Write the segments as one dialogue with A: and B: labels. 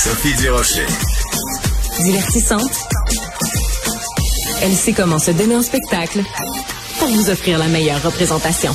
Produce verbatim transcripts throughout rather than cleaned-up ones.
A: Sophie Durocher.
B: Divertissante. Elle sait comment se donner en spectacle pour vous offrir la meilleure représentation.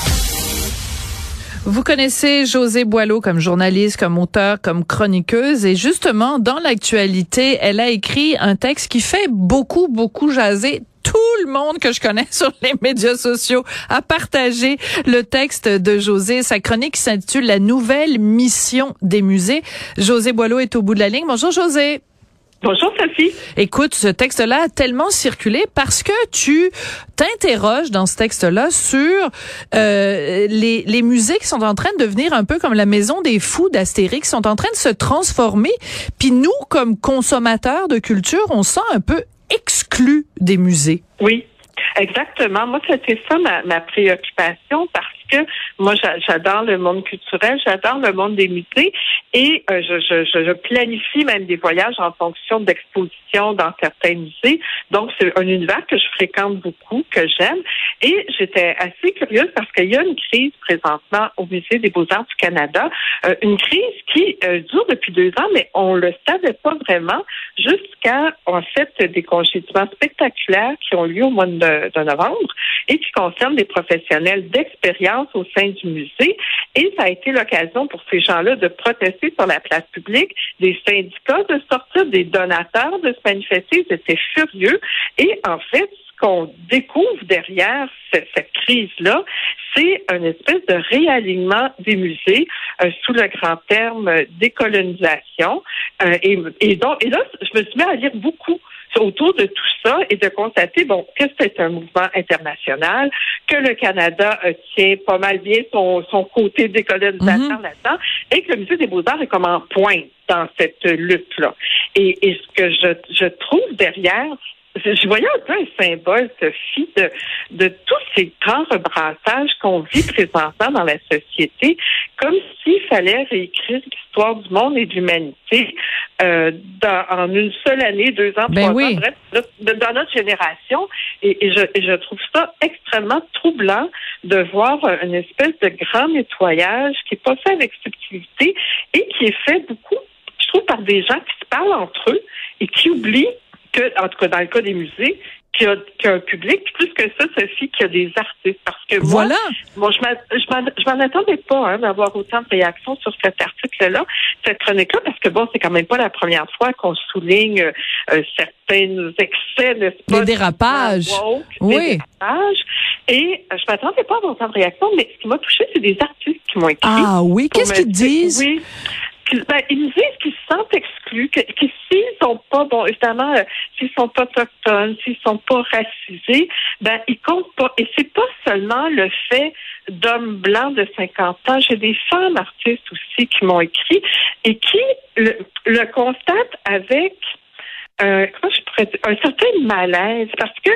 C: Vous connaissez Josée Boileau comme journaliste, comme auteure, comme chroniqueuse, et justement, dans l'actualité, elle a écrit un texte qui fait beaucoup, beaucoup jaser. Tout le monde que je connais sur les médias sociaux a partagé le texte de Josée. Sa chronique s'intitule « La nouvelle mission des musées ». Josée Boileau est au bout de la ligne. Bonjour Josée.
D: Bonjour Sophie.
C: Écoute, ce texte-là a tellement circulé parce que tu t'interroges dans ce texte-là sur euh, les, les musées qui sont en train de devenir un peu comme la maison des fous d'Astérix, qui sont en train de se transformer. Puis nous, comme consommateurs de culture, on se sent un peu exclus des musées.
D: Oui, exactement. Moi, c'était ça ma, ma préoccupation parce que moi, j'adore le monde culturel, j'adore le monde des musées et euh, je, je, je planifie même des voyages en fonction d'expositions dans certains musées. Donc, c'est un univers que je fréquente beaucoup, que j'aime. Et j'étais assez curieuse parce qu'il y a une crise présentement au Musée des Beaux-Arts du Canada, euh, une crise qui euh, dure depuis deux ans, mais on le savait pas vraiment jusqu'à, en fait, des congédiements spectaculaires qui ont lieu au mois de, de novembre et qui concernent des professionnels d'expérience au sein du musée. Et ça a été l'occasion pour ces gens-là de protester sur la place publique, des syndicats de sortir, des donateurs de se manifester. Ils étaient furieux. Et en fait, ce qu'on découvre derrière cette, cette crise-là, c'est une espèce de réalignement des musées euh, sous le grand terme décolonisation. Euh, et, et, donc, et là, je me suis mis à lire beaucoup autour de tout ça et de constater, bon, que c'est un mouvement international, que le Canada euh, tient pas mal bien son, son côté décolonisateur mm-hmm. là-dedans, et que le Musée des Beaux-Arts est comme en pointe dans cette lutte-là. Et, et ce que je, je trouve derrière, je voyais un peu un symbole, Sophie, de, de tous ces grands rebrassages qu'on vit présentement dans la société, comme s'il fallait réécrire l'histoire du monde et de l'humanité euh, dans, en une seule année, deux ans,
C: ben
D: trois
C: oui.
D: ans, bref, dans notre génération. Et, et, je, et je trouve ça extrêmement troublant de voir une espèce de grand nettoyage qui n'est pas fait avec subtilité et qui est fait beaucoup, je trouve, par des gens qui se parlent entre eux et qui oublient que, en tout cas dans le cas des musées, qu'il y a, qu'il y a un public, plus que ça, Sophie, qu'il y a des artistes. Parce que moi,
C: voilà.
D: moi je, m'en, je, m'en, je m'en attendais pas hein, d'avoir autant de réactions sur cet article-là, cette chronique-là, parce que bon, c'est quand même pas la première fois qu'on souligne euh, certains excès, n'est-ce pas?
C: Les dérapages.
D: Woke,
C: oui.
D: Les dérapages. Et euh, je m'attendais pas à avoir autant de réactions, mais ce qui m'a touchée, c'est des artistes qui m'ont écrit.
C: Ah oui, qu'est-ce qu'ils disent?
D: Oui. Ben, ils me disent qu'ils se sentent exclus, que, que s'ils sont pas, bon, évidemment, euh, s'ils sont pas autochtones, s'ils sont pas racisés, ben, ils comptent pas. Et c'est pas seulement le fait d'hommes blancs de cinquante ans. J'ai des femmes artistes aussi qui m'ont écrit et qui le, le constatent avec euh, comment je pourrais dire, un certain malaise parce que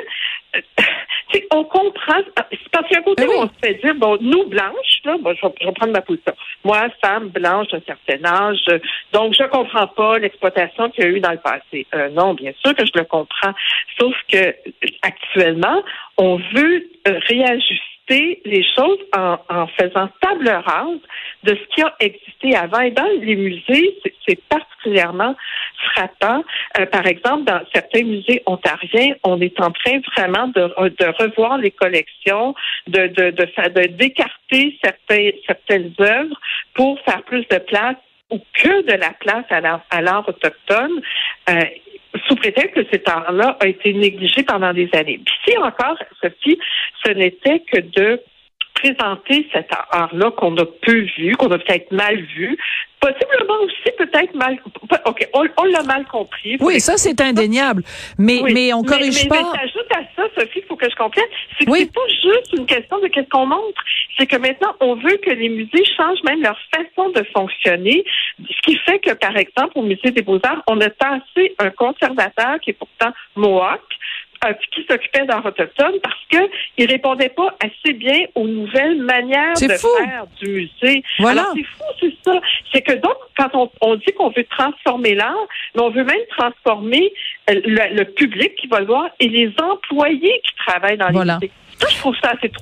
D: euh, on comprend, c'est parce qu'à côté, oui. on se fait dire, bon, nous, blanches, là, bon, je, vais, je vais prendre ma position. Moi, femme blanche d'un certain âge, euh, donc je comprends pas l'exploitation qu'il y a eu dans le passé. Euh, non, bien sûr que je le comprends. Sauf que actuellement, on veut euh, réajuster les choses en, en faisant table rase de ce qui a existé avant. Et dans les musées, c'est, c'est particulièrement frappant. Euh, par exemple, dans certains musées ontariens, on est en train vraiment de, de revoir les collections, de, de, de, de, de d'écarter certains, certaines œuvres pour faire plus de place ou que de la place à l'art, à l'art autochtone. Euh, sous prétexte que cet art-là a été négligé pendant des années. Puis si encore, Sophie, ce n'était que de présenter cet art-là qu'on a peu vu, qu'on a peut-être mal vu, possiblement aussi peut-être mal... OK, on, on l'a mal compris.
C: Oui, ça, c'est indéniable. Mais, oui. mais on ne corrige
D: mais,
C: pas...
D: Mais j'ajoute à ça, Sophie, il faut que je complète, c'est que
C: oui.
D: c'est pas juste une question de qu'est-ce qu'on montre. C'est que maintenant, on veut que les musées changent même leur façon de fonctionner, ce qui fait que, par exemple, au Musée des Beaux-Arts, on a tassé un conservateur qui est pourtant Mohawk, euh, qui s'occupait d'art autochtone parce que il répondait pas assez bien aux nouvelles manières
C: c'est
D: de
C: fou.
D: faire du musée.
C: Voilà.
D: Alors, c'est fou, c'est ça. C'est que donc, quand on, on dit qu'on veut transformer l'art, mais on veut même transformer le, le public qui va le voir et les employés qui travaillent dans les
C: voilà.
D: musées. Ça, je trouve ça assez troublant.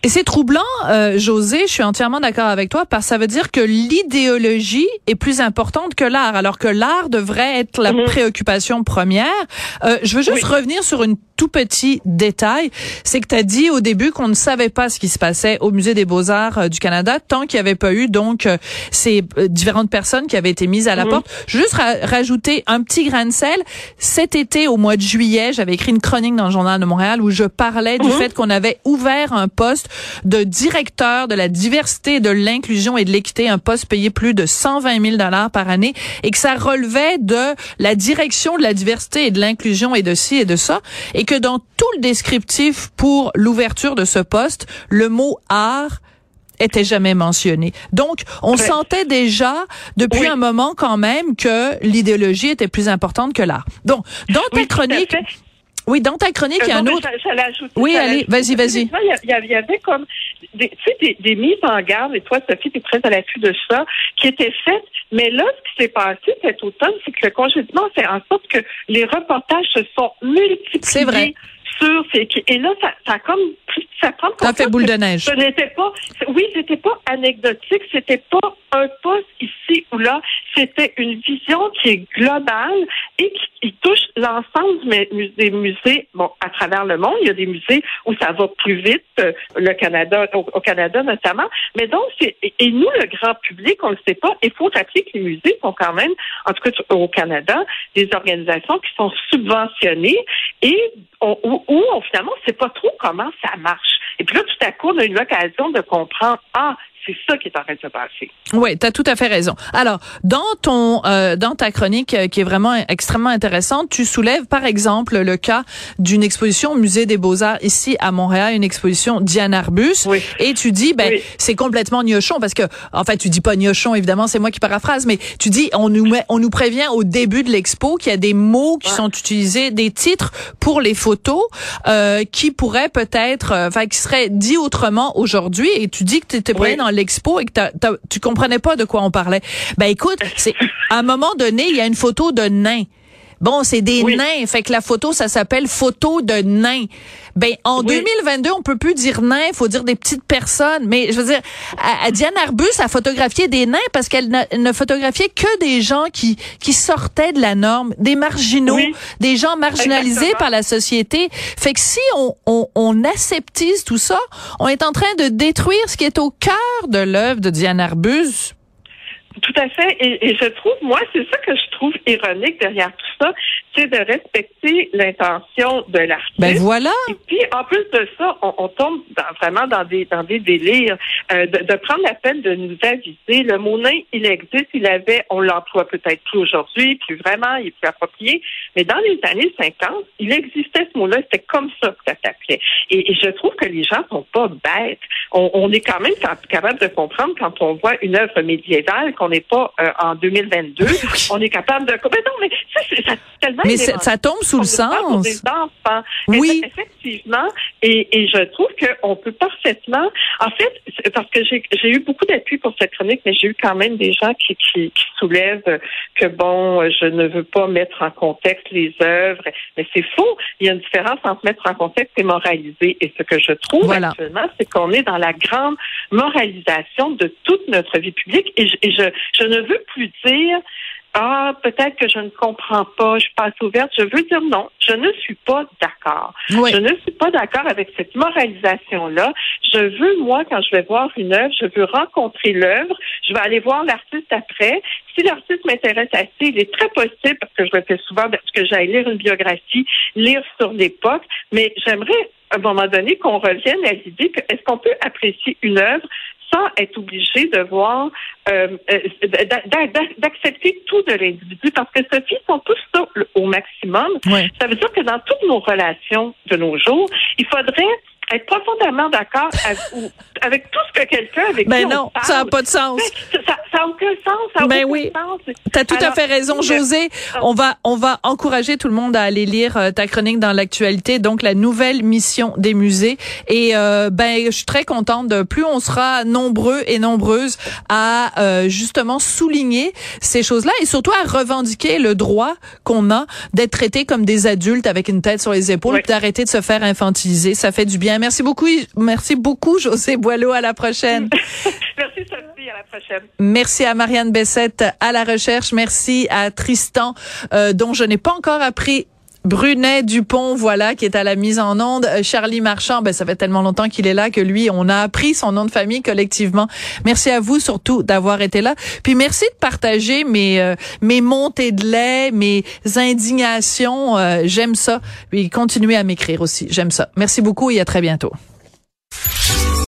C: Et c'est troublant, euh, Josée, je suis entièrement d'accord avec toi, parce que ça veut dire que l'idéologie est plus importante que l'art, alors que l'art devrait être la mmh. préoccupation première. Euh, je veux juste oui. revenir sur une tout petit détail, c'est que tu as dit au début qu'on ne savait pas ce qui se passait au Musée des Beaux-Arts euh, du Canada tant qu'il n'y avait pas eu donc euh, ces euh, différentes personnes qui avaient été mises à la mmh. porte. Je veux juste ra- rajouter un petit grain de sel. Cet été, au mois de juillet, j'avais écrit une chronique dans le Journal de Montréal où je parlais mmh. du fait qu'on avait ouvert un poste de directeur de la diversité, de l'inclusion et de l'équité, un poste payé plus de cent vingt mille dollars par année, et que ça relevait de la direction de la diversité et de l'inclusion et de ci et de ça, et que dans tout le descriptif pour l'ouverture de ce poste, le mot art était jamais mentionné. Donc, on ouais. sentait déjà, depuis oui. un moment quand même, que l'idéologie était plus importante que l'art. Donc, dans ta
D: oui,
C: chronique... Oui, dans ta chronique, il y a un autre...
D: J'allais ajouter,
C: oui,
D: j'allais
C: allez, vas-y, vas-y.
D: Il y, y avait comme, des, tu sais, des, des mises en garde, et toi, Sophie, tu es très à l'affût de ça, qui étaient faites. Mais là, ce qui s'est passé cet automne, c'est que le congédiement fait en sorte que les reportages se sont multipliés.
C: C'est vrai.
D: Sur ces, et là, ça, ça a comme... Ça, prend
C: ça fait boule de neige.
D: Ce n'était pas... Oui, c'était pas anecdotique, c'était pas un poste ici ou là, c'était une vision qui est globale et qui, qui touche l'ensemble des musées, bon, à travers le monde. Il y a des musées où ça va plus vite, euh, le Canada, au, au Canada notamment. Mais donc, c'est, et, et nous, le grand public, on le sait pas. Il faut rappeler que les musées sont quand même, en tout cas au Canada, des organisations qui sont subventionnées et on, où, où on, finalement, on sait pas trop comment ça marche. Et puis là, tout à coup, on a eu l'occasion de comprendre, ah, c'est ça qui est en train de se passer.
C: Oui, tu as tout à fait raison. Alors, dans ton euh, dans ta chronique euh, qui est vraiment extrêmement intéressante, tu soulèves par exemple le cas d'une exposition au Musée des Beaux-Arts ici à Montréal, une exposition Diane Arbus,
D: oui.
C: et tu dis ben oui. c'est complètement gnochon parce que en fait, tu dis pas gnochon évidemment, c'est moi qui paraphrase, mais tu dis on nous met on nous prévient au début de l'expo qu'il y a des mots qui ouais. sont utilisés, des titres pour les photos euh, qui pourraient peut-être enfin euh, qui seraient dits autrement aujourd'hui, et tu dis que tu étais prêt oui. dans l'expo et que t'as, t'as, tu comprenais pas de quoi on parlait. Ben écoute, c'est à un moment donné, il y a une photo de nains. Bon, c'est des oui. nains, fait que la photo, ça s'appelle photo de nains. Ben, en oui. deux mille vingt-deux, on peut plus dire nains, faut dire des petites personnes. Mais, je veux dire, à, à Diane Arbus a photographié des nains parce qu'elle ne, ne photographiait que des gens qui, qui sortaient de la norme, des marginaux, oui. des gens marginalisés Exactement. Par la société. Fait que si on, on, on aseptise tout ça, on est en train de détruire ce qui est au cœur de l'œuvre de Diane Arbus.
D: Tout à fait. Et, et je trouve, moi, c'est ça que je trouve ironique derrière tout ça, c'est de respecter l'intention de l'artiste.
C: Ben voilà.
D: Et puis, en plus de ça, on, on tombe dans, vraiment dans des dans des délires. Euh, de, de prendre la peine de nous aviser. Le mot nain, il existe, il avait, on l'emploie peut-être plus aujourd'hui, plus vraiment, il est plus approprié. Mais dans les années cinquante, il existait ce mot-là, c'était comme ça que ça s'appelait. Et, et je trouve que les gens sont pas bêtes. On, on est quand même capable de comprendre quand on voit une œuvre médiévale qu'on n'est pas euh, en deux mille vingt-deux, on est capable de... Mais non, mais ça, c'est ça, tellement...
C: Mais ça tombe sous le sens.
D: Pour des enfants.
C: Oui.
D: Effectivement. Et, et je trouve qu'on peut parfaitement... En fait, parce que j'ai, j'ai eu beaucoup d'appui pour cette chronique, mais j'ai eu quand même des gens qui, qui, qui soulèvent que, bon, je ne veux pas mettre en contexte les œuvres. Mais c'est faux. Il y a une différence entre mettre en contexte et moraliser. Et ce que je trouve voilà. actuellement, c'est qu'on est dans la grande moralisation de toute notre vie publique. Et je, et je Je ne veux plus dire « Ah, peut-être que je ne comprends pas, je passe ouverte ». Je veux dire non, je ne suis pas d'accord. Oui. Je ne suis pas d'accord avec cette moralisation-là. Je veux, moi, quand je vais voir une œuvre, je veux rencontrer l'œuvre, je vais aller voir l'artiste après. Si l'artiste m'intéresse assez, il est très possible, parce que je le fais souvent, parce que j'aille lire une biographie, lire sur l'époque, mais j'aimerais, à un moment donné, qu'on revienne à l'idée que est-ce qu'on peut apprécier une œuvre sans être obligé de voir, euh, d'accepter tout de l'individu, parce que Sophie, sont tous ça au maximum. Oui. Ça veut dire que dans toutes nos relations de nos jours, il faudrait être profondément d'accord avec, avec tout ce que quelqu'un avec
C: ben
D: qui
C: non,
D: on parle.
C: Ça n'a pas de sens.
D: Ça, ça n'a aucun sens. Ça n'a
C: Ben
D: aucun
C: oui.
D: sens.
C: T'as tout
D: Alors,
C: à fait raison, Josée. On va, on va encourager tout le monde à aller lire euh, ta chronique dans l'actualité, donc la nouvelle mission des musées. Et euh, ben, je suis très contente de plus on sera nombreux et nombreuses à euh, justement souligner ces choses-là et surtout à revendiquer le droit qu'on a d'être traités comme des adultes avec une tête sur les épaules, oui. D'arrêter de se faire infantiliser. Ça fait du bien. Merci beaucoup, merci beaucoup, Josée Boileau. À la prochaine.
D: Merci, Sophie. À la prochaine.
C: Merci à Marianne Bessette à la recherche. Merci à Tristan, euh, dont je n'ai pas encore appris. Brunet Dupont, voilà, qui est à la mise en onde. Charlie Marchand, ben ça fait tellement longtemps qu'il est là que lui, on a appris son nom de famille collectivement. Merci à vous surtout d'avoir été là. Puis merci de partager mes euh, mes montées de lait, mes indignations. Euh, j'aime ça. Puis continuez à m'écrire aussi. J'aime ça. Merci beaucoup et à très bientôt.